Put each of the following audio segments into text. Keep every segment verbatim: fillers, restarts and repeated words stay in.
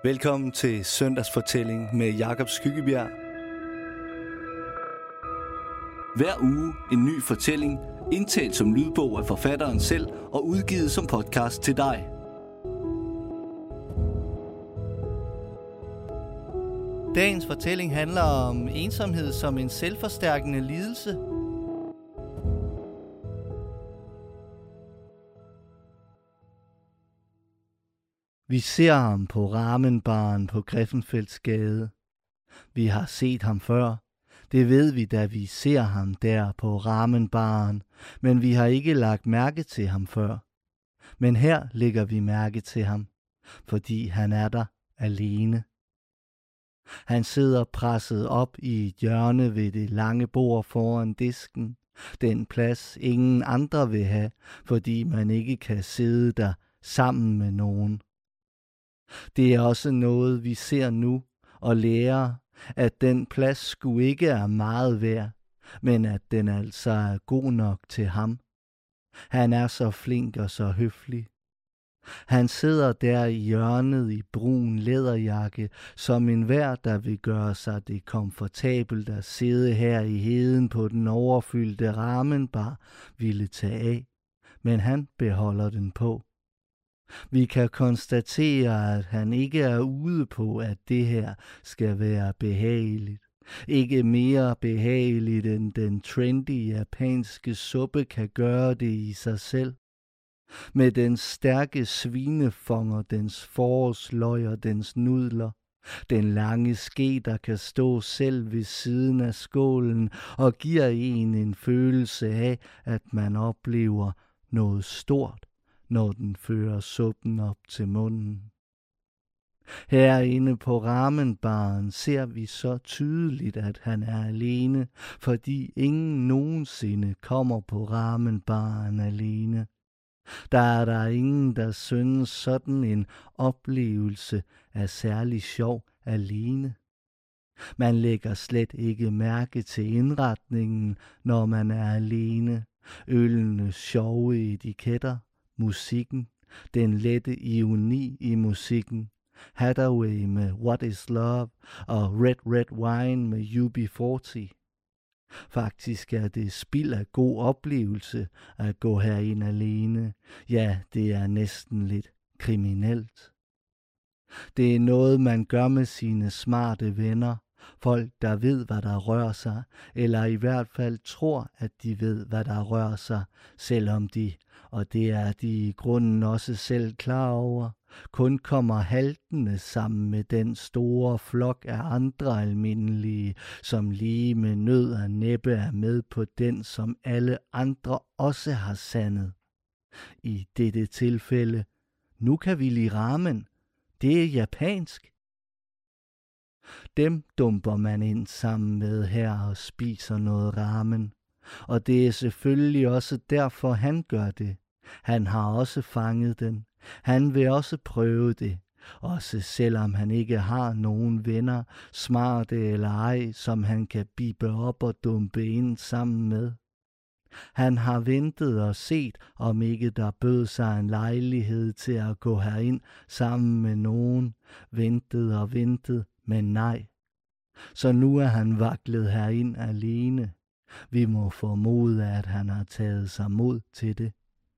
Velkommen til Søndagsfortælling med Jakob Skyggebjerg. Hver uge en ny fortælling, indtalt som lydbog af forfatteren selv og udgivet som podcast til dig. Dagens fortælling handler om ensomhed som en selvforstærkende lidelse. Vi ser ham på ramenbaren på Griffenfeldsgade. Vi har set ham før. Det ved vi, da vi ser ham der på ramenbaren, men vi har ikke lagt mærke til ham før. Men her lægger vi mærke til ham, fordi han er der alene. Han sidder presset op i et hjørne ved det lange bord foran disken. Den plads ingen andre vil have, fordi man ikke kan sidde der sammen med nogen. Det er også noget, vi ser nu og lærer, at den plads sgu ikke er meget værd, men at den altså er god nok til ham. Han er så flink og så høflig. Han sidder der i hjørnet i brun læderjakke, som enhver, der vil gøre sig det komfortabelt at sidde her i heden på den overfyldte ramenbar, ville tage af, men han beholder den på. Vi kan konstatere, at han ikke er ude på, at det her skal være behageligt. Ikke mere behageligt, end den trendy japanske suppe kan gøre det i sig selv. Med den stærke svinefonger, dens forårsløg og dens nudler. Den lange ske, der kan stå selv ved siden af skålen og giver en en følelse af, at man oplever noget stort, når den fører suppen op til munden. Herinde på ramenbaren ser vi så tydeligt, at han er alene, fordi ingen nogensinde kommer på ramenbaren alene. Der er der ingen, der synes sådan en oplevelse er særlig sjov alene. Man lægger slet ikke mærke til indretningen, når man er alene. Øllenes sjove etiketter, musikken, den lette ironi i musikken, Hathaway med What is Love og Red Red Wine med U B fyrre. Faktisk er det spild af god oplevelse at gå herind alene. Ja, det er næsten lidt kriminelt. Det er noget, man gør med sine smarte venner. Folk, der ved, hvad der rører sig, eller i hvert fald tror, at de ved, hvad der rører sig, selvom de, og det er de i grunden også selv klar over, kun kommer haltende sammen med den store flok af andre almindelige, som lige med nød og næppe er med på den, som alle andre også har sandet. I dette tilfælde, nu kan vi lide ramen. Det er japansk. Dem dumper man ind sammen med her og spiser noget ramen. Og det er selvfølgelig også derfor, han gør det. Han har også fanget den. Han vil også prøve det. Også selvom han ikke har nogen venner, smarte eller ej, som han kan bibe op og dumpe ind sammen med. Han har ventet og set, om ikke der bød sig en lejlighed til at gå herind sammen med nogen. Ventet og ventet, men nej. Så nu er han vaklet herind alene. Vi må formode, at han har taget sig mod til det.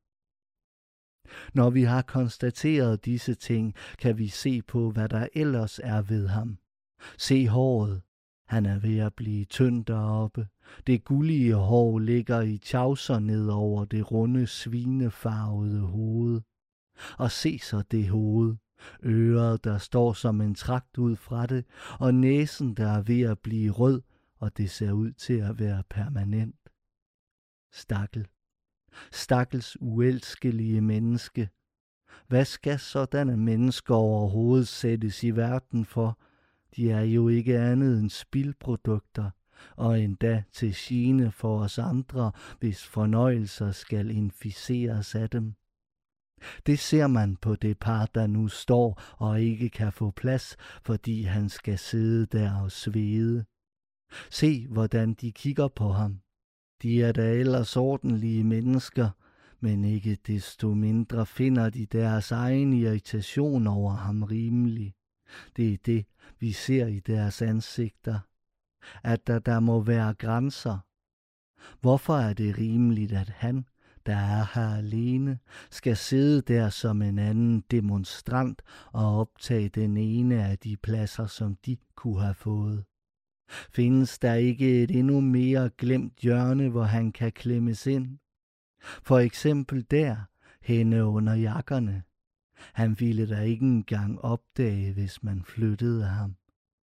Når vi har konstateret disse ting, kan vi se på, hvad der ellers er ved ham. Se håret. Han er ved at blive tynd deroppe. Det gullige hår ligger i tjavser ned over det runde, svinefarvede hoved. Og se så det hoved. Øret, der står som en tragt ud fra det, og næsen, der er ved at blive rød, og det ser ud til at være permanent. Stakkel. Stakkels uelskelige menneske. Hvad skal sådanne mennesker overhovedet sættes i verden for? De er jo ikke andet end spildprodukter, og endda til gene for os andre, hvis fornøjelser skal inficeres af dem. Det ser man på det par, der nu står og ikke kan få plads, fordi han skal sidde der og svede. Se, hvordan de kigger på ham. De er da ellers ordentlige mennesker, men ikke desto mindre finder de deres egen irritation over ham rimelig. Det er det, vi ser i deres ansigter, at der, der må være grænser. Hvorfor er det rimeligt, at han, der er her alene, skal sidde der som en anden demonstrant og optage den ene af de pladser, som de kunne have fået? Findes der ikke et endnu mere glemt hjørne, hvor han kan klemmes ind? For eksempel der, henne under jakkerne. Han ville da ikke engang opdage, hvis man flyttede ham.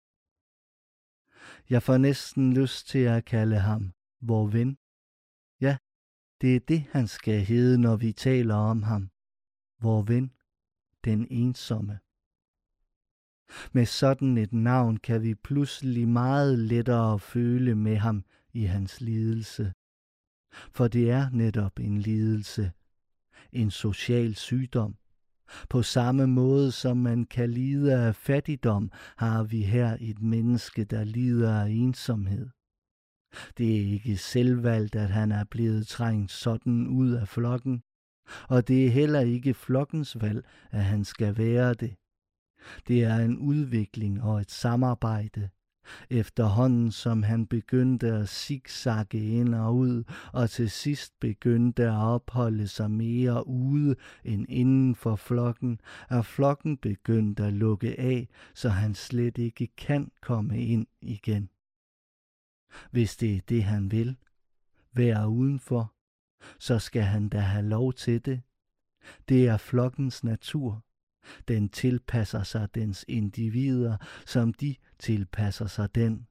Jeg får næsten lyst til at kalde ham vor ven. Ja, det er det, han skal hedde, når vi taler om ham. Vor ven, den ensomme. Med sådan et navn kan vi pludselig meget lettere føle med ham i hans lidelse. For det er netop en lidelse, en social sygdom. På samme måde som man kan lide af fattigdom, har vi her et menneske, der lider af ensomhed. Det er ikke selvvalgt, at han er blevet trængt sådan ud af flokken, og det er heller ikke flokkens valg, at han skal være det. Det er en udvikling og et samarbejde, efterhånden som han begyndte at zigzagge ind og ud, og til sidst begyndte at opholde sig mere ude end inden for flokken, er flokken begyndt at lukke af, så han slet ikke kan komme ind igen. Hvis det er det, han vil, være udenfor, så skal han da have lov til det. Det er flokkens natur. Den tilpasser sig dens individer, som de tilpasser sig den.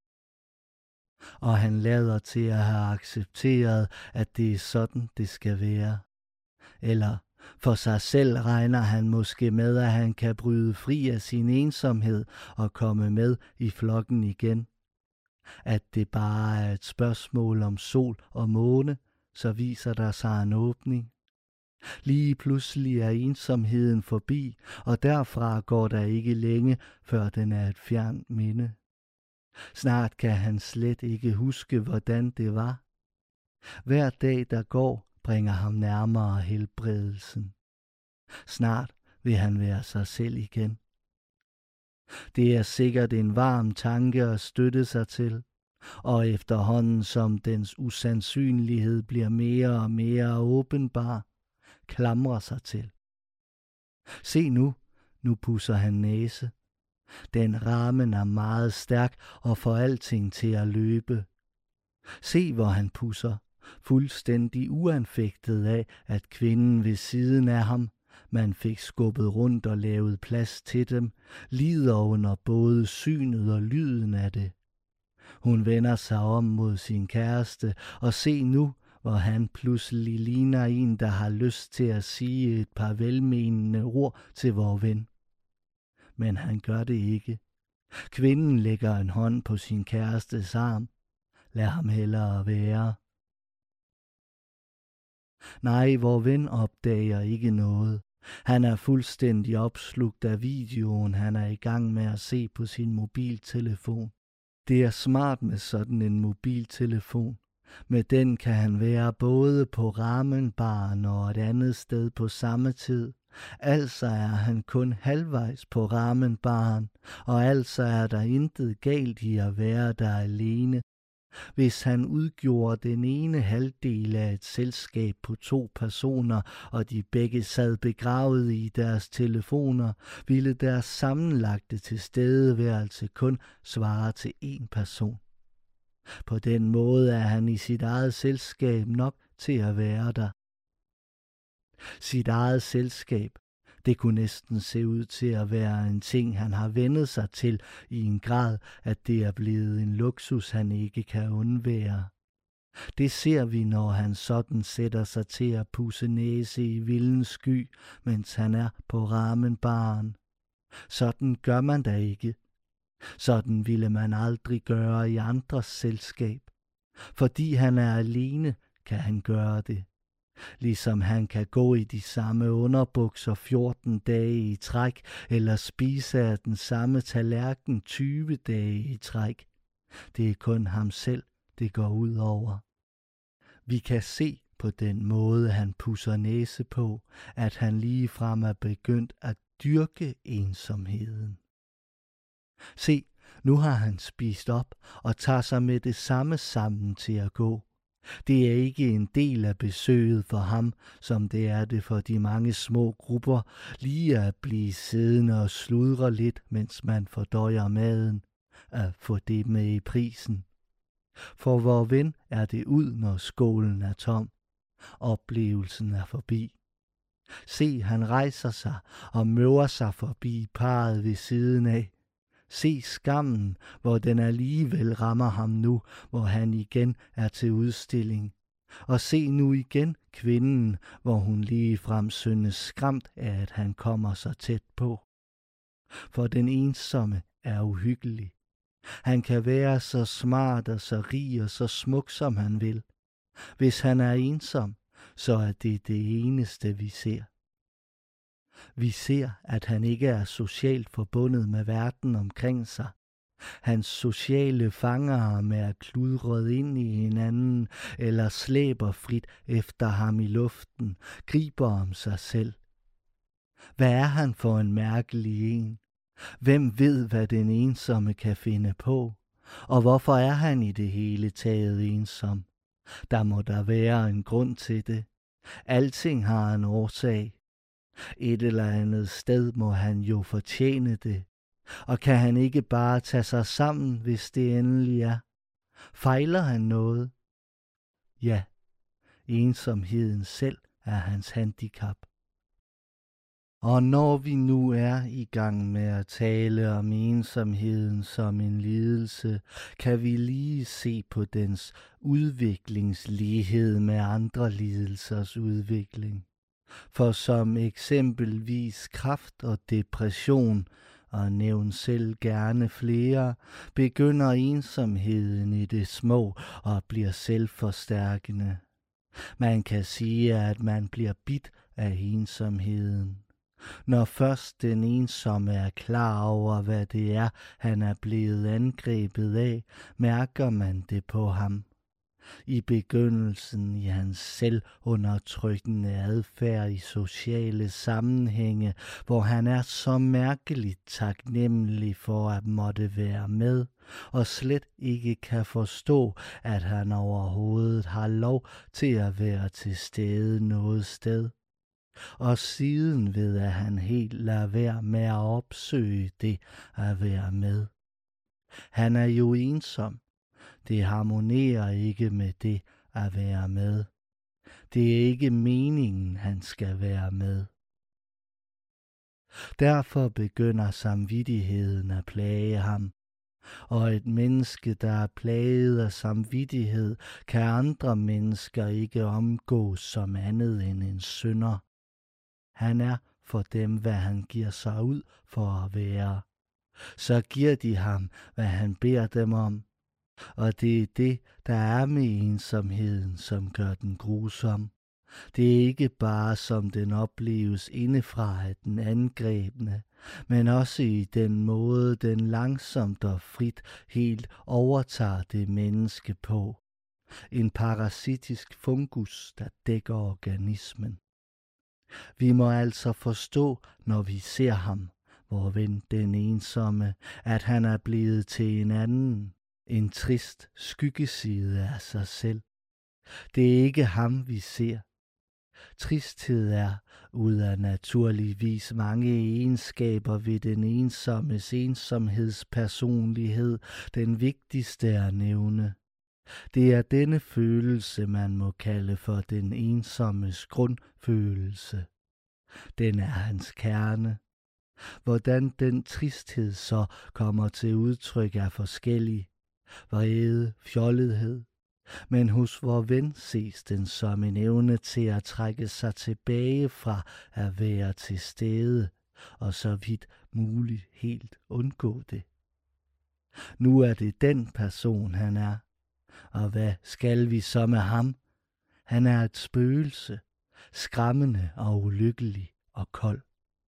Og han lader til at have accepteret, at det er sådan, det skal være. Eller for sig selv regner han måske med, at han kan bryde fri af sin ensomhed og komme med i flokken igen. At det bare er et spørgsmål om sol og måne, så viser der sig en åbning. Lige pludselig er ensomheden forbi, og derfra går der ikke længe, før den er et fjernt minde. Snart kan han slet ikke huske, hvordan det var. Hver dag, der går, bringer ham nærmere helbredelsen. Snart vil han være sig selv igen. Det er sikkert en varm tanke at støtte sig til, og efterhånden som dens usandsynlighed bliver mere og mere åbenbar, klamrer sig til. Se nu, nu pusser han næse. Den ramen er meget stærk og får alting til at løbe. Se, hvor han pusser, fuldstændig uanfægtet af, at kvinden ved siden af ham, man fik skubbet rundt og lavet plads til dem, lider under både synet og lyden af det. Hun vender sig om mod sin kæreste, og se nu, hvor han pludselig ligner en, der har lyst til at sige et par velmenende ord til vor ven. Men han gør det ikke. Kvinden lægger en hånd på sin kærestes arm. Lad ham hellere være. Nej, vor ven opdager ikke noget. Han er fuldstændig opslugt af videoen, han er i gang med at se på sin mobiltelefon. Det er smart med sådan en mobiltelefon. Med den kan han være både på Ramenbaren og et andet sted på samme tid. Altså er han kun halvvejs på Ramenbaren, og altså er der intet galt i at være der alene. Hvis han udgjorde den ene halvdel af et selskab på to personer, og de begge sad begravet i deres telefoner, ville deres sammenlagte tilstedeværelse kun svare til én person. På den måde er han i sit eget selskab nok til at være der. Sit eget selskab, det kunne næsten se ud til at være en ting, han har vendet sig til i en grad, at det er blevet en luksus, han ikke kan undvære. Det ser vi, når han sådan sætter sig til at pusse næse i vildens sky, mens han er på Ramenbaren. Sådan gør man da ikke. Sådan ville man aldrig gøre i andres selskab. Fordi han er alene, kan han gøre det. Ligesom han kan gå i de samme underbukser fjorten dage i træk, eller spise af den samme tallerken tyve dage i træk. Det er kun ham selv, det går ud over. Vi kan se på den måde, han pusser næse på, at han ligefrem er begyndt at dyrke ensomheden. Se, nu har han spist op og tager sig med det samme sammen til at gå. Det er ikke en del af besøget for ham, som det er det for de mange små grupper, lige at blive siddende og sludre lidt, mens man fordøjer maden, at få det med i prisen. For vor ven er det ud, når skålen er tom. Oplevelsen er forbi. Se, han rejser sig og møver sig forbi parret ved siden af. Se skammen, hvor den alligevel rammer ham nu, hvor han igen er til udstilling. Og se nu igen kvinden, hvor hun ligefrem synes skræmt af, at han kommer så tæt på. For den ensomme er uhyggelig. Han kan være så smart og så rig og så smuk, som han vil. Hvis han er ensom, så er det det eneste, vi ser. Vi ser, at han ikke er socialt forbundet med verden omkring sig. Hans sociale fangarme er kludret ind i hinanden, eller slæber frit efter ham i luften, griber om sig selv. Hvad er han for en mærkelig en? Hvem ved, hvad den ensomme kan finde på? Og hvorfor er han i det hele taget ensom? Der må der være en grund til det. Alting har en årsag. Et eller andet sted må han jo fortjene det. Og kan han ikke bare tage sig sammen, hvis det endelig er? Fejler han noget? Ja, ensomheden selv er hans handicap. Og når vi nu er i gang med at tale om ensomheden som en lidelse, kan vi lige se på dens udviklingslighed med andre lidelsers udvikling. For som eksempelvis kræft og depression, og nævn selv gerne flere, begynder ensomheden i det små og bliver selvforstærkende. Man kan sige, at man bliver bidt af ensomheden. Når først den ensomme er klar over, hvad det er, han er blevet angrebet af, mærker man det på ham. I begyndelsen i hans selvundertrykkende adfærd i sociale sammenhænge, hvor han er så mærkeligt taknemmelig for at måtte være med, og slet ikke kan forstå, at han overhovedet har lov til at være til stede noget sted. Og siden ved at han helt lader være med at opsøge det at være med. Han er jo ensom. Det harmonerer ikke med det at være med. Det er ikke meningen, han skal være med. Derfor begynder samvittigheden at plage ham. Og et menneske, der er plaget af samvittighed, kan andre mennesker ikke omgås som andet end en synder. Han er for dem, hvad han giver sig ud for at være. Så giver de ham, hvad han beder dem om. Og det er det, der er med ensomheden, som gør den grusom. Det er ikke bare, som den opleves indefra af den angrebne, men også i den måde, den langsomt og frit helt overtager det menneske på. En parasitisk fungus, der dækker organismen. Vi må altså forstå, når vi ser ham, vor ven den ensomme, at han er blevet til en anden, en trist skyggeside af sig selv. Det er ikke ham, vi ser. Tristhed er, ud af naturligvis mange egenskaber ved den ensommes ensomhedspersonlighed, den vigtigste at nævne. Det er denne følelse, man må kalde for den ensommes grundfølelse. Den er hans kerne. Hvordan den tristhed så kommer til udtryk er forskellig. Vrede, fjollethed. Men hos vor ven ses den som en evne til at trække sig tilbage fra at være til stede, og så vidt muligt helt undgå det. Nu er det den person, han er. Og hvad skal vi så med ham? Han er et spøgelse, skræmmende og ulykkelig og kold.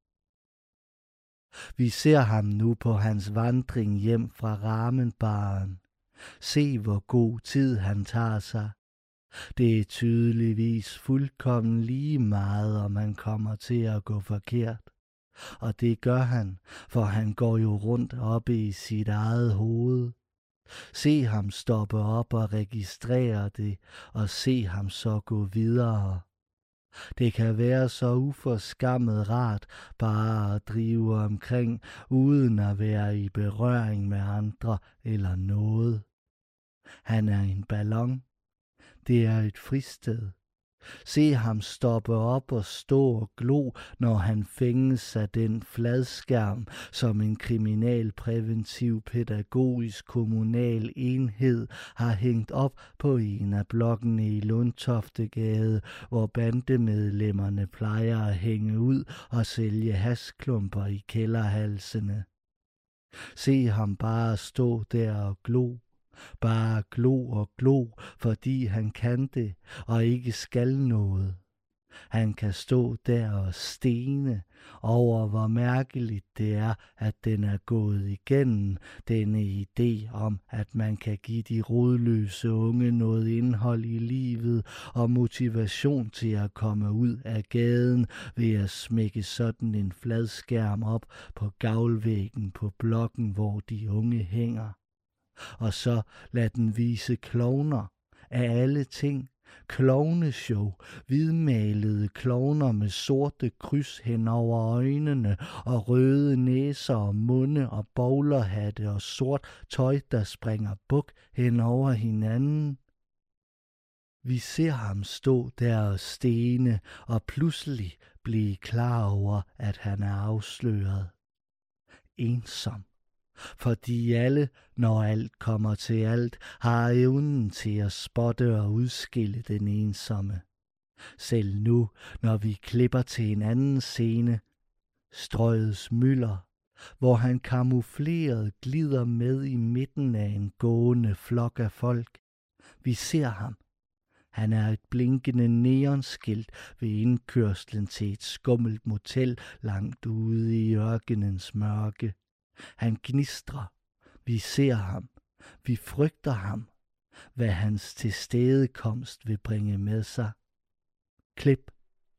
Vi ser ham nu på hans vandring hjem fra ramenbaren. Se, hvor god tid han tager sig. Det er tydeligvis fuldkommen lige meget, om han kommer til at gå forkert. Og det gør han, for han går jo rundt oppe i sit eget hoved. Se ham stoppe op og registrere det, og se ham så gå videre. Det kan være så uforskammet rart bare at drive omkring, uden at være i berøring med andre eller noget. Han er en ballon. Det er et fristed. Se ham stoppe op og stå og glo, når han fænges af den fladskærm, som en kriminalpræventiv pædagogisk kommunal enhed har hængt op på en af blokkene i Lundtoftegade, hvor bandemedlemmerne plejer at hænge ud og sælge hasklumper i kælderhalsene. Se ham bare stå der og glo. Bare glo og glo, fordi han kan det, og ikke skal noget. Han kan stå der og stene over, hvor mærkeligt det er, at den er gået igennem, denne idé om, at man kan give de rodløse unge noget indhold i livet og motivation til at komme ud af gaden ved at smække sådan en fladskærm op på gavlvæggen på blokken, hvor de unge hænger. Og så lad den vise klovner af alle ting. Klovneshow, hvidmalede klovner med sorte kryds hen over øjnene og røde næser og munde og bowlerhatte og sort tøj, der springer buk hen over hinanden. Vi ser ham stå der og stene og pludselig blive klar over, at han er afsløret. Ensom. Fordi alle, når alt kommer til alt, har evnen til at spotte og udskille den ensomme. Selv nu, når vi klipper til en anden scene, Strøgets Møller, hvor han kamufleret glider med i midten af en gående flok af folk. Vi ser ham. Han er et blinkende neonskilt ved indkørslen til et skummelt motel langt ude i ørkenens mørke. Han gnistrer. Vi ser ham. Vi frygter ham. Hvad hans tilstedekomst vil bringe med sig. Klip.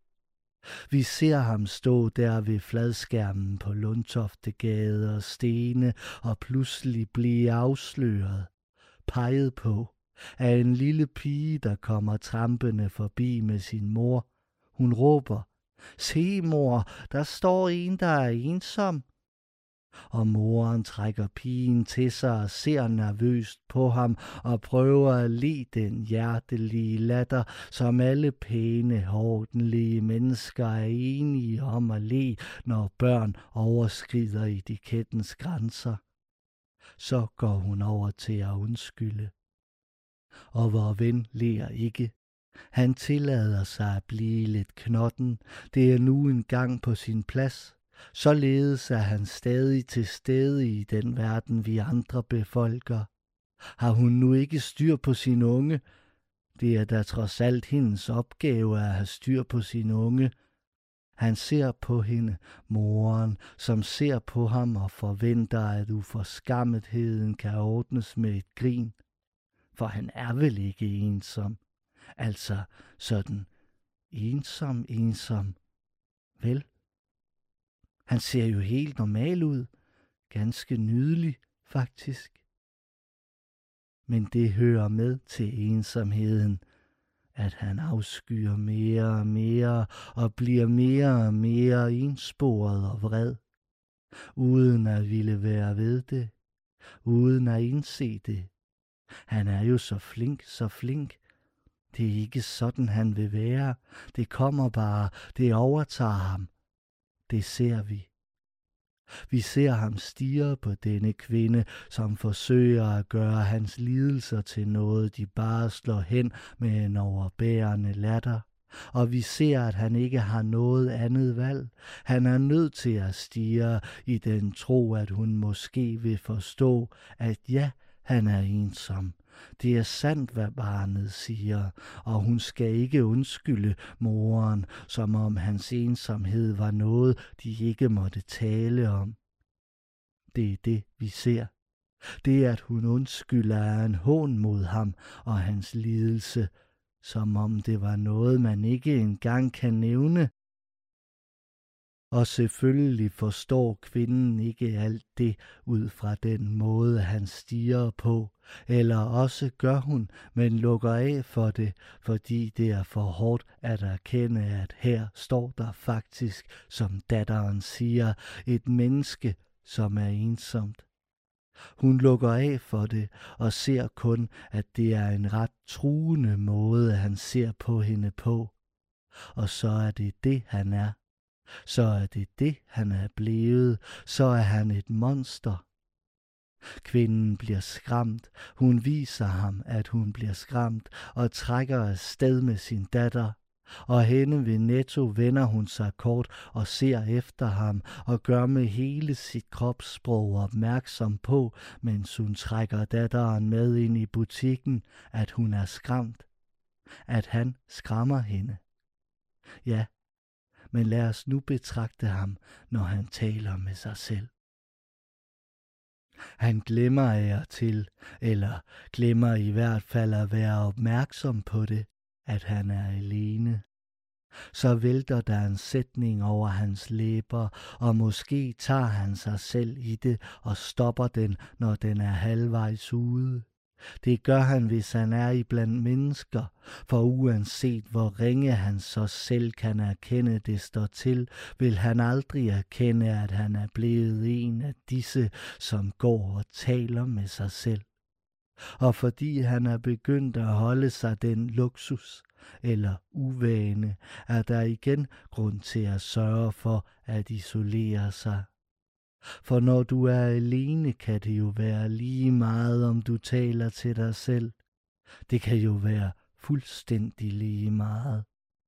Vi ser ham stå der ved fladskærmen på Lundtoftegade og stene og pludselig blive afsløret. Peget på af en lille pige, der kommer trampende forbi med sin mor. Hun råber, se mor, der står en, der er ensom. Og moren trækker pigen til sig og ser nervøst på ham og prøver at le den hjertelige latter, som alle pæne, ordentlige mennesker er enige om at le, når børn overskrider etikettens grænser. Så går hun over til at undskylde. Og vor ven ler ikke. Han tillader sig at blive lidt knotten. Det er nu engang på sin plads. Således er han stadig til stede i den verden, vi andre befolker. Har hun nu ikke styr på sin unge? Det er da trods alt hendes opgave at have styr på sin unge. Han ser på hende, moren, som ser på ham og forventer, at uforskammetheden kan ordnes med et grin. For han er vel ikke ensom. Altså sådan ensom, ensom. Vel? Han ser jo helt normal ud. Ganske nydelig, faktisk. Men det hører med til ensomheden, at han afskyer mere og mere og bliver mere og mere ensporet og vred, uden at ville være ved det, uden at indse det. Han er jo så flink, så flink. Det er ikke sådan, han vil være. Det kommer bare, det overtager ham. Det ser vi. Vi ser ham stirre på denne kvinde, som forsøger at gøre hans lidelser til noget, de bare slår hen med en overbærende latter. Og vi ser, at han ikke har noget andet valg. Han er nødt til at stirre i den tro, at hun måske vil forstå, at ja, han er ensom. Det er sandt, hvad barnet siger, og hun skal ikke undskylde moren, som om hans ensomhed var noget, de ikke måtte tale om. Det er det, vi ser. Det, at hun undskylder, er en hån mod ham og hans lidelse, som om det var noget, man ikke engang kan nævne. Og selvfølgelig forstår kvinden ikke alt det ud fra den måde, han stiger på, eller også gør hun, men lukker af for det, fordi det er for hårdt at erkende, at her står der faktisk, som datteren siger, et menneske, som er ensomt. Hun lukker af for det og ser kun, at det er en ret truende måde, han ser på hende på. Og så er det det, han er. Så er det det, han er blevet. Så er han et monster. Kvinden bliver skræmt. Hun viser ham, at hun bliver skræmt og trækker afsted med sin datter. Og henne ved Netto vender hun sig kort og ser efter ham og gør med hele sit kropssprog opmærksom på, mens hun trækker datteren med ind i butikken, at hun er skræmt. At han skræmmer hende. Ja, men lad os nu betragte ham, når han taler med sig selv. Han glemmer af og til, eller glemmer i hvert fald at være opmærksom på det, at han er alene. Så vælter der en sætning over hans læber, og måske tager han sig selv i det og stopper den, når den er halvvejs ude. Det gør han, hvis han er iblandt mennesker, for uanset hvor ringe han så selv kan erkende det står til, vil han aldrig erkende, at han er blevet en af disse, som går og taler med sig selv. Og fordi han er begyndt at holde sig den luksus eller uvane, er der igen grund til at sørge for at isolere sig. For når du er alene, kan det jo være lige meget, om du taler til dig selv. Det kan jo være fuldstændig lige meget.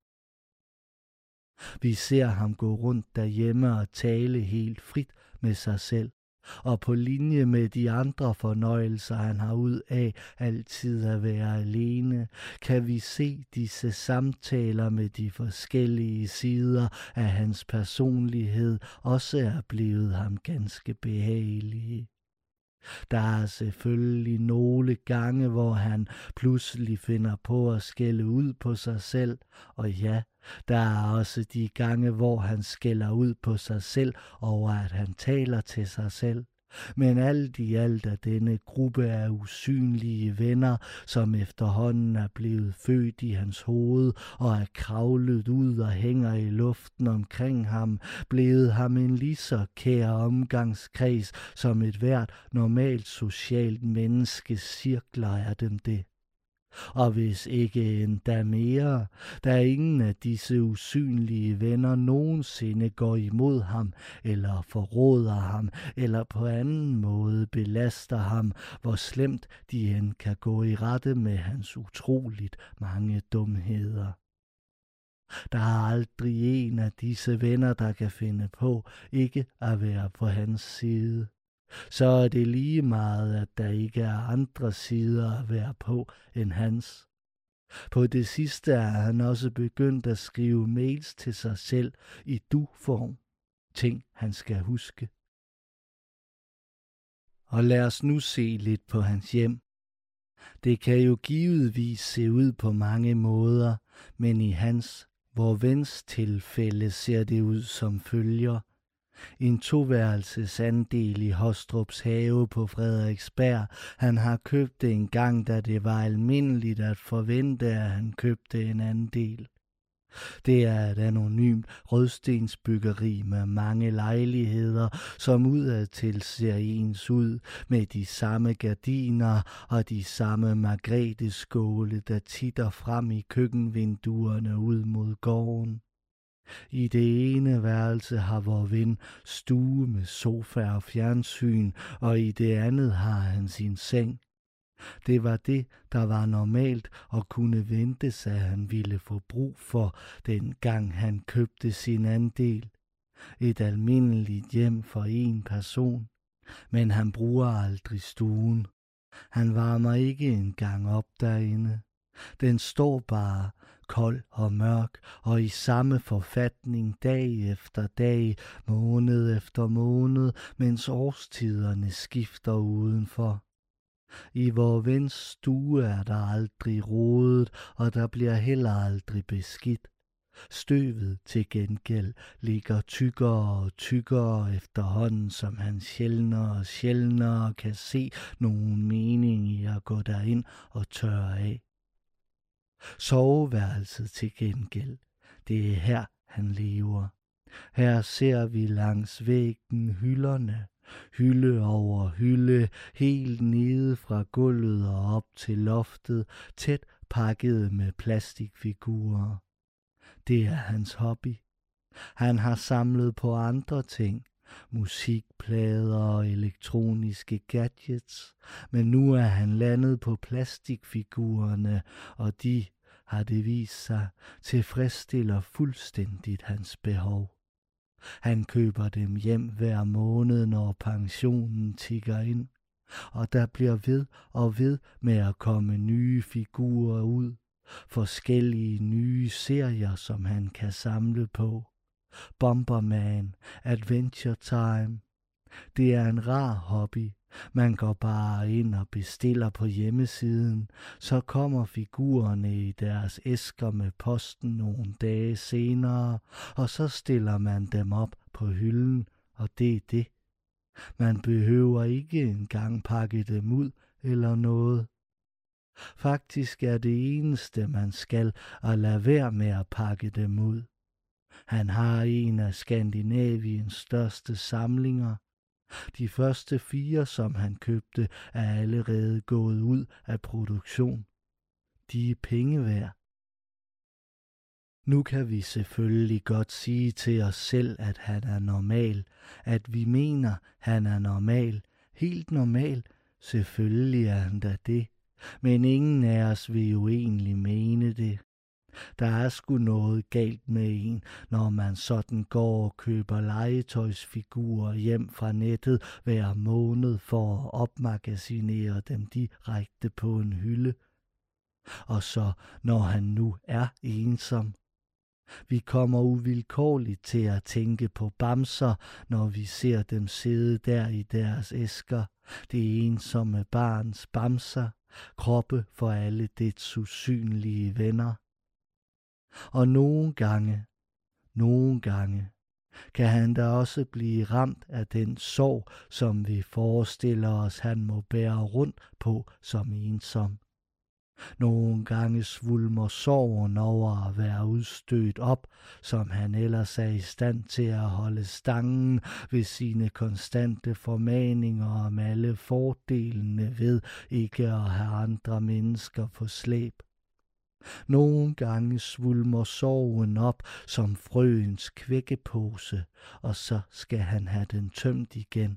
Vi ser ham gå rundt derhjemme og tale helt frit med sig selv. Og på linje med de andre fornøjelser, han har ud af altid at være alene, kan vi se disse samtaler med de forskellige sider af hans personlighed også er blevet ham ganske behagelige. Der er selvfølgelig nogle gange, hvor han pludselig finder på at skælde ud på sig selv, og ja, der er også de gange, hvor han skælder ud på sig selv over, at han taler til sig selv. Men alt i alt er denne gruppe af usynlige venner, som efterhånden er blevet født i hans hoved og er kravlet ud og hænger i luften omkring ham, blevet ham en lige så kær omgangskreds, som et hvert normalt socialt menneskes cirkler er dem det. Og hvis ikke endda mere, da ingen af disse usynlige venner nogensinde går imod ham, eller forråder ham, eller på anden måde belaster ham, hvor slemt de end kan gå i rette med hans utroligt mange dumheder. Der er aldrig en af disse venner, der kan finde på ikke at være på hans side. Så er det lige meget, at der ikke er andre sider at være på end hans. På det sidste er han også begyndt at skrive mails til sig selv i du-form. Ting han skal huske. Og lad os nu se lidt på hans hjem. Det kan jo givetvis se ud på mange måder, men i hans, vor vens tilfælde ser det ud som følger. En toværelses andel i Hostrups have på Frederiksberg. Han har købt det en gang, da det var almindeligt at forvente, at han købte en andel. Det er et anonymt rødstensbyggeri med mange lejligheder, som udadtil ser ens ud med de samme gardiner og de samme margreteskåle, der titter frem i køkkenvinduerne ud mod gården. I det ene værelse har vor ven stue med sofa og fjernsyn, og i det andet har han sin seng. Det var det, der var normalt og kunne ventes, at han ville få brug for, den gang han købte sin andel. Et almindeligt hjem for en person, men han bruger aldrig stuen. Han varmer ikke engang op derinde. Den står bare kold og mørk, og i samme forfatning dag efter dag, måned efter måned, mens årstiderne skifter udenfor. I vor vens stue er der aldrig rodet, og der bliver heller aldrig beskidt. Støvet til gengæld ligger tykkere og tykkere efterhånden, som han sjældnere og sjældnere kan se nogen mening i at gå derind og tørre af. Soveværelset til gengæld, det er her han lever. Her ser vi langs væggen hylderne, hylde over hylde, helt nede fra gulvet og op til loftet, tæt pakket med plastikfigurer. Det er hans hobby. Han har samlet på andre ting, musikplader og elektroniske gadgets, men nu er han landet på plastikfigurerne, og de, har det vist sig, tilfredsstiller fuldstændigt hans behov. Han køber dem hjem hver måned, når pensionen tikker ind, og der bliver ved og ved med at komme nye figurer ud, forskellige nye serier, som han kan samle på. Bomberman, Adventure Time. Det er en rar hobby. Man går bare ind og bestiller på hjemmesiden, så kommer figurerne i deres æsker med posten nogle dage senere, og så stiller man dem op på hylden, og det er det. Man behøver ikke engang pakke dem ud eller noget. Faktisk er det eneste, man skal, at lade være med at pakke dem ud. Han har en af Skandinaviens største samlinger. De første fire, som han købte, er allerede gået ud af produktion. De er penge værd. Nu kan vi selvfølgelig godt sige til os selv, at han er normal, at vi mener, han er normal. Helt normal, selvfølgelig er han da det, men ingen af os vil jo egentlig mene det. Der er sgu noget galt med en, når man sådan går og køber legetøjsfigurer hjem fra nettet hver måned for at opmagasinere dem direkte på en hylde. Og så når han nu er ensom. Vi kommer uvilkårligt til at tænke på bamser, når vi ser dem sidde der i deres æsker. Det ensomme barns bamser, kroppe for alle dets usynlige venner. Og nogle gange, nogle gange, kan han da også blive ramt af den sorg, som vi forestiller os, han må bære rundt på som ensom. Nogle gange svulmer sorgen over at være udstødt op, som han ellers er i stand til at holde stangen ved sine konstante formaninger om alle fordelene ved ikke at have andre mennesker på slæb. Nogle gange svulmer sorgen op som frøens kvækkepose, og så skal han have den tømt igen.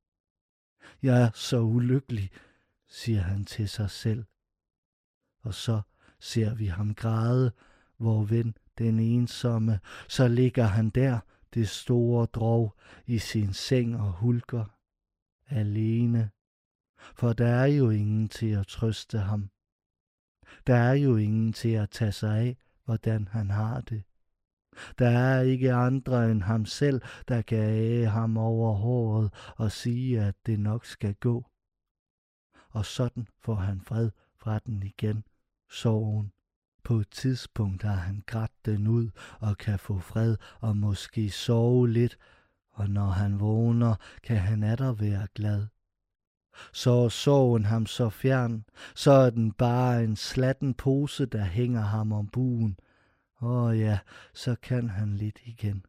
Jeg er så ulykkelig, siger han til sig selv. Og så ser vi ham græde, hvor ven den ensomme, så ligger han der, det store drog, i sin seng og hulker, alene. For der er jo ingen til at trøste ham. Der er jo ingen til at tage sig af, hvordan han har det. Der er ikke andre end ham selv, der kan æge ham over håret og sige, at det nok skal gå. Og sådan får han fred fra den igen, sorgen. På et tidspunkt har han grædt den ud og kan få fred og måske sove lidt, og når han vågner, kan han atter være glad. Så er sorgen ham så fjern, så er den bare en slatten pose, der hænger ham om buen. Åh ja, så kan han lidt igen.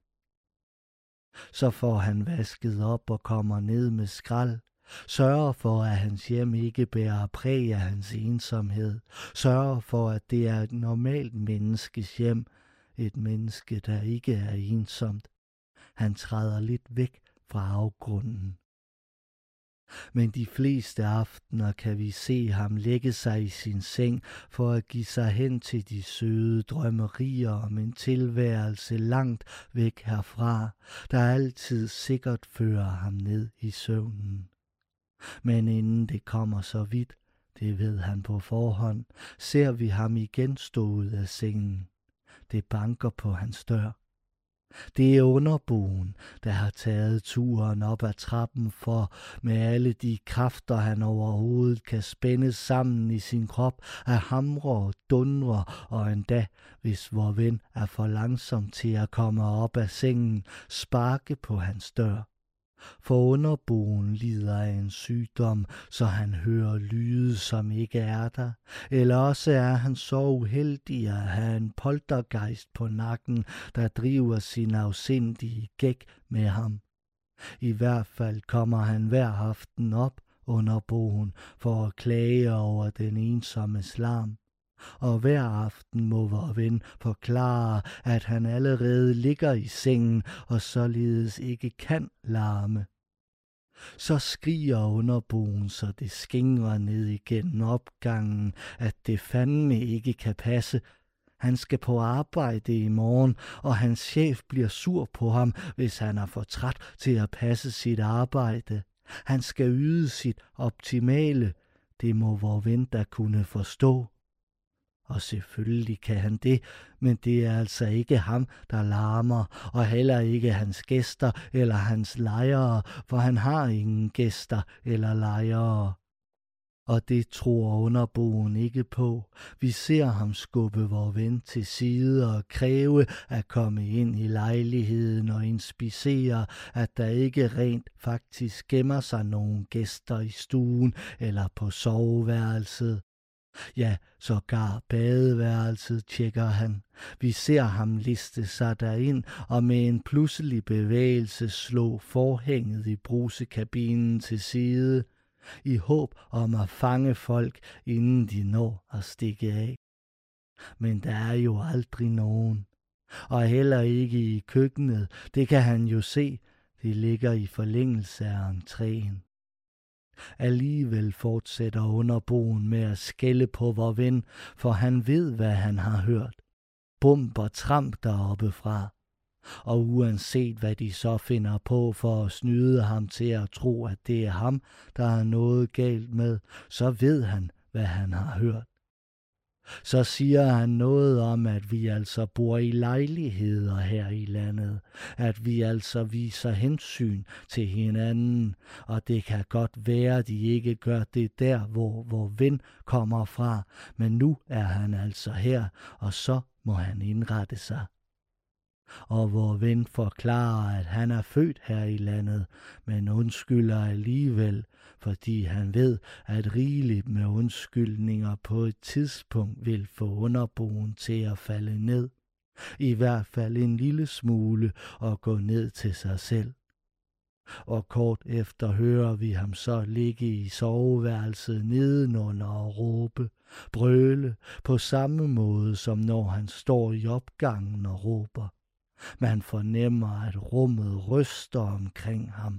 Så får han vasket op og kommer ned med skrald. Sørger for, at hans hjem ikke bærer præg af hans ensomhed. Sørger for, at det er et normalt menneskes hjem. Et menneske, der ikke er ensomt. Han træder lidt væk fra afgrunden. Men de fleste aftener kan vi se ham lægge sig i sin seng for at give sig hen til de søde drømmerier om en tilværelse langt væk herfra, der altid sikkert fører ham ned i søvnen. Men inden det kommer så vidt, det ved han på forhånd, ser vi ham igen stå ud af sengen. Det banker på hans dør. Det er underboen, der har taget turen op ad trappen for med alle de kræfter, han overhovedet kan spænde sammen i sin krop, at hamre og dundre, og endda, hvis vor ven er for langsom til at komme op af sengen, sparke på hans dør. For underboen lider af en sygdom, så han hører lyde, som ikke er der. Eller også er han så uheldig at have en poltergeist på nakken, der driver sin afsindige gæk med ham. I hvert fald kommer han hver aften op under boen for at klage over den ensomme larm. Og hver aften må vor ven forklare, at han allerede ligger i sengen og således ikke kan larme. Så skriger underboen, så det skingrer ned igennem opgangen, at det fandme ikke kan passe. Han skal på arbejde i morgen, og hans chef bliver sur på ham, hvis han er for træt til at passe sit arbejde. Han skal yde sit optimale. Det må vor ven da kunne forstå. Og selvfølgelig kan han det, men det er altså ikke ham, der larmer, og heller ikke hans gæster eller hans lejere, for han har ingen gæster eller lejere. Og det tror underboen ikke på. Vi ser ham skubbe vor ven til side og kræve at komme ind i lejligheden og inspicere, at der ikke rent faktisk gemmer sig nogen gæster i stuen eller på soveværelset. Ja, sågar badeværelset tjekker han. Vi ser ham liste sig derind og med en pludselig bevægelse slå forhænget i brusekabinen til side, i håb om at fange folk, inden de når at stikke af. Men der er jo aldrig nogen. Og heller ikke i køkkenet, det kan han jo se, det ligger i forlængelse af entréen. Alligevel fortsætter underboen med at skælde på vor ven, for han ved, hvad han har hørt. Bump og tramp deroppe fra. Og uanset hvad de så finder på for at snyde ham til at tro, at det er ham, der er noget galt med, så ved han, hvad han har hørt. Så siger han noget om, at vi altså bor i lejligheder her i landet, at vi altså viser hensyn til hinanden, og det kan godt være, at de ikke gør det der, hvor vor ven kommer fra, men nu er han altså her, og så må han indrette sig. Og vor ven forklarer, at han er født her i landet, men undskylder alligevel, fordi han ved, at rigeligt med undskyldninger på et tidspunkt vil få underboen til at falde ned. I hvert fald en lille smule og gå ned til sig selv. Og kort efter hører vi ham så ligge i soveværelset nedenunder og råbe, brøle, på samme måde som når han står i opgangen og råber. Man fornemmer, at rummet ryster omkring ham.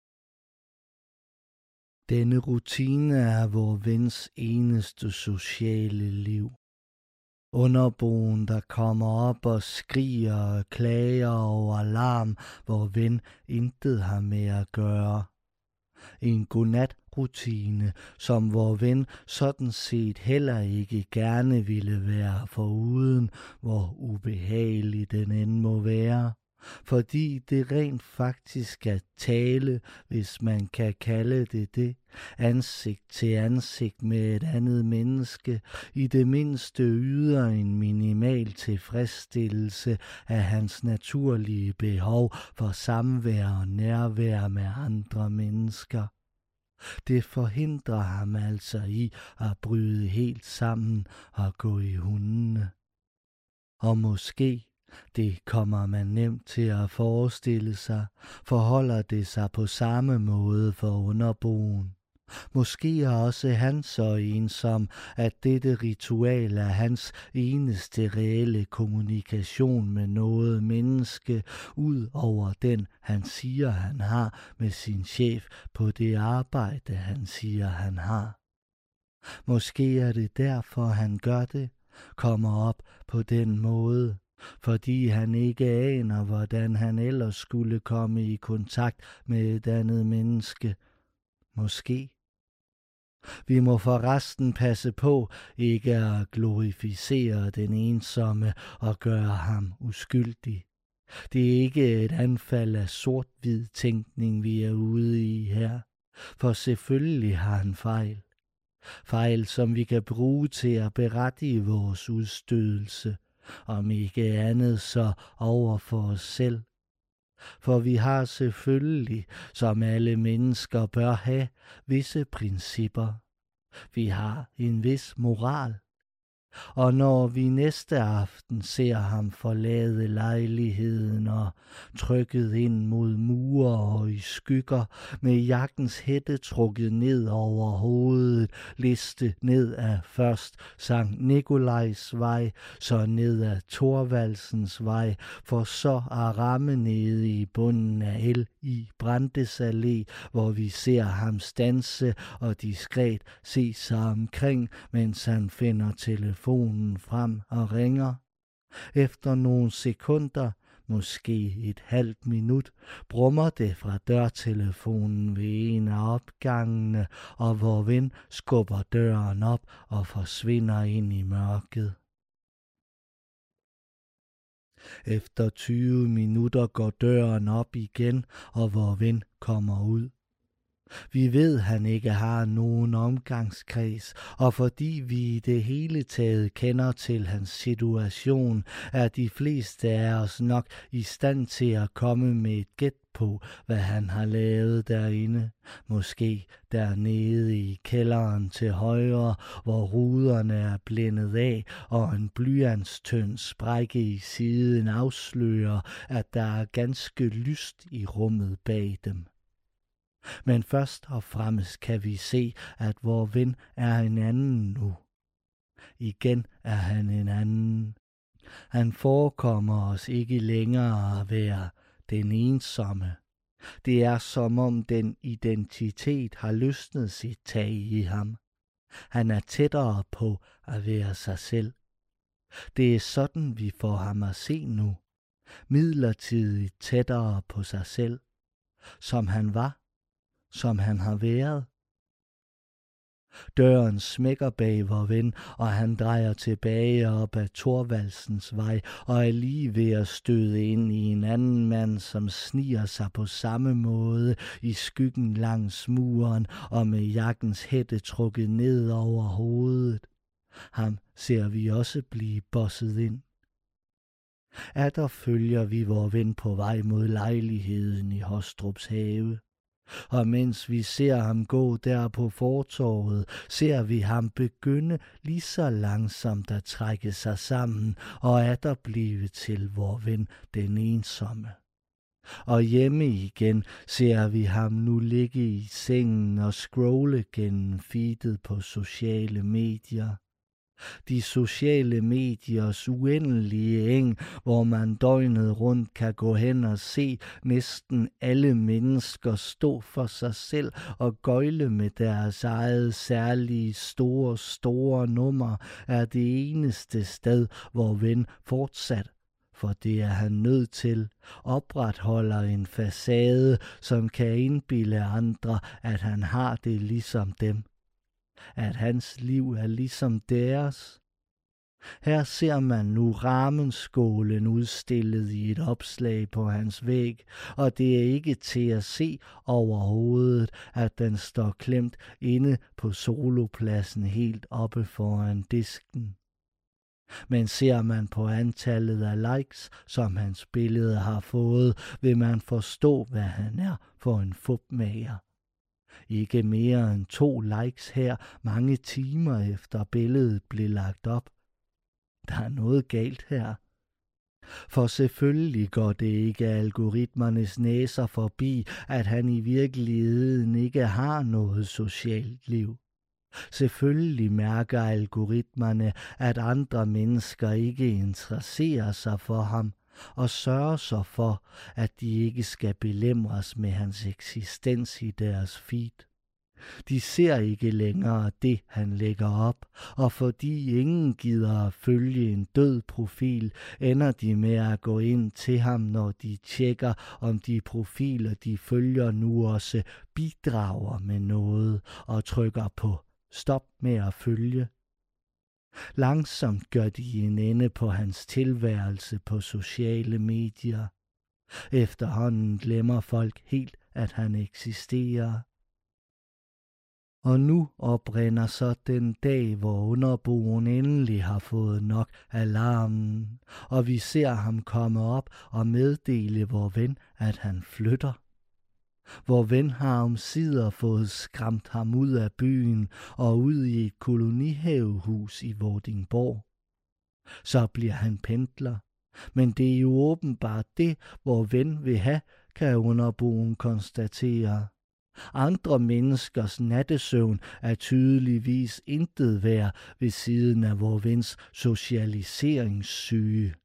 Denne rutine er vor vens eneste sociale liv. Underboen, der kommer op og skriger og klager over alarm, vor ven intet har med at gøre. En godnatrutine, som vor ven sådan set heller ikke gerne ville være foruden, hvor ubehagelig den end må være. Fordi det rent faktisk er tale, hvis man kan kalde det det, ansigt til ansigt med et andet menneske, i det mindste yder en minimal tilfredsstillelse af hans naturlige behov for samvær og nærvær med andre mennesker. Det forhindrer ham altså i at bryde helt sammen og gå i hundene. Og måske, det kommer man nemt til at forestille sig, forholder det sig på samme måde for underboen. Måske er også han så ensom, at dette ritual er hans eneste reelle kommunikation med noget menneske, ud over den, han siger, han har med sin chef på det arbejde, han siger, han har. Måske er det derfor, han gør det, kommer op på den måde, fordi han ikke aner, hvordan han ellers skulle komme i kontakt med et andet menneske. Måske. Vi må forresten passe på ikke at glorificere den ensomme og gøre ham uskyldig. Det er ikke et anfald af sort-hvid tænkning, vi er ude i her. For selvfølgelig har han fejl. Fejl, som vi kan bruge til at berettige vores udstødelse, om ikke andet så over for os selv. For vi har selvfølgelig, som alle mennesker bør have, visse principper. Vi har en vis moral. Og når vi næste aften ser ham forlade lejligheden og trykket ind mod mure og i skygger, med jakkens hætte trukket ned over hovedet, liste ned af først Sankt Nikolajs vej, så ned af Thorvaldsens vej, for så at ramme nede i bunden af el i Brandes Allé, hvor vi ser ham standse og diskret se sig omkring, mens han finder telefonen frem og ringer. Efter nogle sekunder, måske et halvt minut, brummer det fra dørtelefonen ved en af opgangene, og vor ven skubber døren op og forsvinder ind i mørket. Efter tyve minutter går døren op igen, og vor ven kommer ud. Vi ved, han ikke har nogen omgangskreds, og fordi vi i det hele taget kender til hans situation, er de fleste af os nok i stand til at komme med et gæt på, hvad han har lavet derinde. Måske dernede i kælderen til højre, hvor ruderne er blændet af, og en blyantstynd sprække i siden afslører, at der er ganske lyst i rummet bag dem. Men først og fremmest kan vi se, at vor ven er en anden nu. Igen er han en anden. Han forekommer os ikke længere at være den ensomme. Det er som om den identitet har løsnet sit tag i ham. Han er tættere på at være sig selv. Det er sådan, vi får ham at se nu. Midlertidigt tættere på sig selv. Som han var. Som han har været. Døren smækker bag vor ven, og han drejer tilbage op ad Thorvaldsens vej, og er lige ved at støde ind i en anden mand, som sniger sig på samme måde i skyggen langs muren, og med jakkens hætte trukket ned over hovedet. Ham ser vi også blive bosset ind. Atter følger vi vor ven på vej mod lejligheden i Hostrups have. Og mens vi ser ham gå der på fortorvet, ser vi ham begynde lige så langsomt at trække sig sammen og atter blive til vor ven den ensomme. Og hjemme igen ser vi ham nu ligge i sengen og scrolle gennem feedet på sociale medier. De sociale mediers uendelige eng, hvor man døgnet rundt kan gå hen og se næsten alle mennesker stå for sig selv og gøjle med deres eget særlige store, store nummer, er det eneste sted, hvor ven fortsat, for det er han nødt til, opretholder en facade, som kan indbilde andre, at han har det ligesom dem. At hans liv er ligesom deres. Her ser man nu ramenskålen udstillet i et opslag på hans væg, og det er ikke til at se overhovedet, at den står klemt inde på solopladsen helt oppe foran disken. Men ser man på antallet af likes, som hans billede har fået, vil man forstå, hvad han er for en fupmager. Ikke mere end to likes her mange timer efter billedet blev lagt op. Der er noget galt her. For selvfølgelig går det ikke algoritmernes næser forbi, at han i virkeligheden ikke har noget socialt liv. Selvfølgelig mærker algoritmerne, at andre mennesker ikke interesserer sig for ham, og sørger så for, at de ikke skal belemres med hans eksistens i deres feed. De ser ikke længere det, han lægger op, og fordi ingen gider at følge en død profil, ender de med at gå ind til ham, når de tjekker, om de profiler, de følger nu også bidrager med noget, og trykker på stop med at følge. Langsomt gør de en ende på hans tilværelse på sociale medier. Efterhånden glemmer folk helt, at han eksisterer. Og nu oprinder så den dag, hvor underboen endelig har fået nok af larmen, og vi ser ham komme op og meddele vor ven, at han flytter. Vor ven har omsider fået skræmt ham ud af byen og ud i et kolonihavehus i Vordingborg. Så bliver han pendler, men det er jo åbenbart det, vor ven vil have, kan underboen konstatere. Andre menneskers nattesøvn er tydeligvis intet værd ved siden af vor vens socialiseringssyge.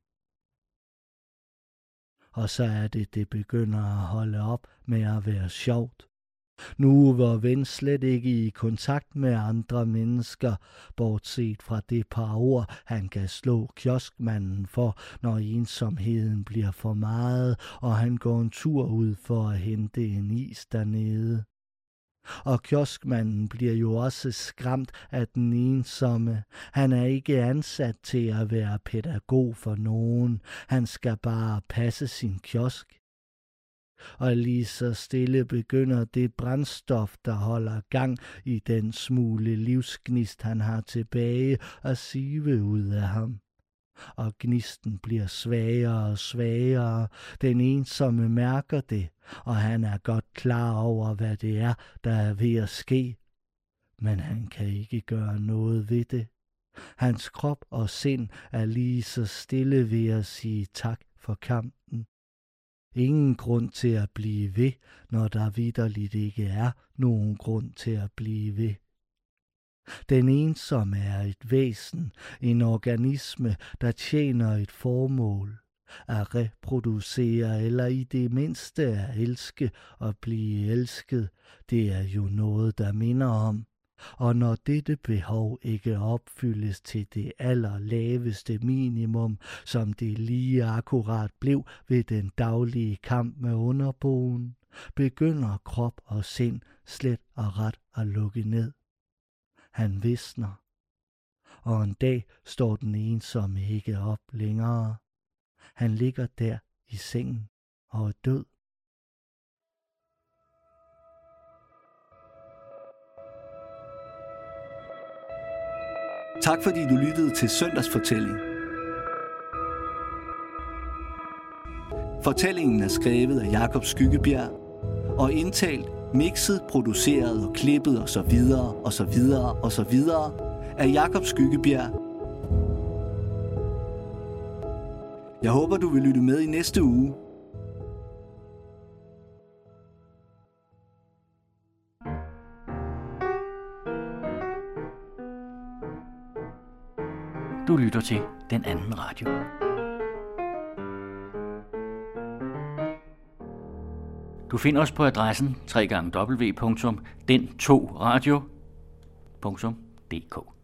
Og så er det, det begynder at holde op med at være sjovt. Nu er vor ven slet ikke i kontakt med andre mennesker, bortset fra det par ord, han kan slå kioskmanden for, når ensomheden bliver for meget, og han går en tur ud for at hente en is dernede. Og kioskmanden bliver jo også skræmt af den ensomme. Han er ikke ansat til at være pædagog for nogen. Han skal bare passe sin kiosk. Og lige så stille begynder det brændstof, der holder gang i den smule livsgnist, han har tilbage, at sive ud af ham. Og gnisten bliver svagere og svagere. Den ensomme mærker det, og han er godt klar over, hvad det er, der er ved at ske. Men han kan ikke gøre noget ved det. Hans krop og sind er lige så stille ved at sige tak for kampen. Ingen grund til at blive ved, når der vitterligt ikke er nogen grund til at blive ved. Den ensomme er et væsen, en organisme, der tjener et formål. At reproducere eller i det mindste at elske og blive elsket, det er jo noget, der minder om. Og når dette behov ikke opfyldes til det allerlaveste minimum, som det lige akkurat blev ved den daglige kamp med underboen, begynder krop og sind slet og ret at lukke ned. Han visner, og en dag står den ensomme ikke op længere. Han ligger der i sengen og er død. Tak fordi du lyttede til Søndagsfortælling. Fortællingen er skrevet af Jakob Skyggebjerg og indtalt, mixet, produceret og klippet og så videre og så videre og så videre af Jakob Skyggebjerg. Jeg håber, du vil lytte med i næste uge. Du lytter til Den Anden Radio. Du finder os på adressen w w w punktum den to radio punktum d k.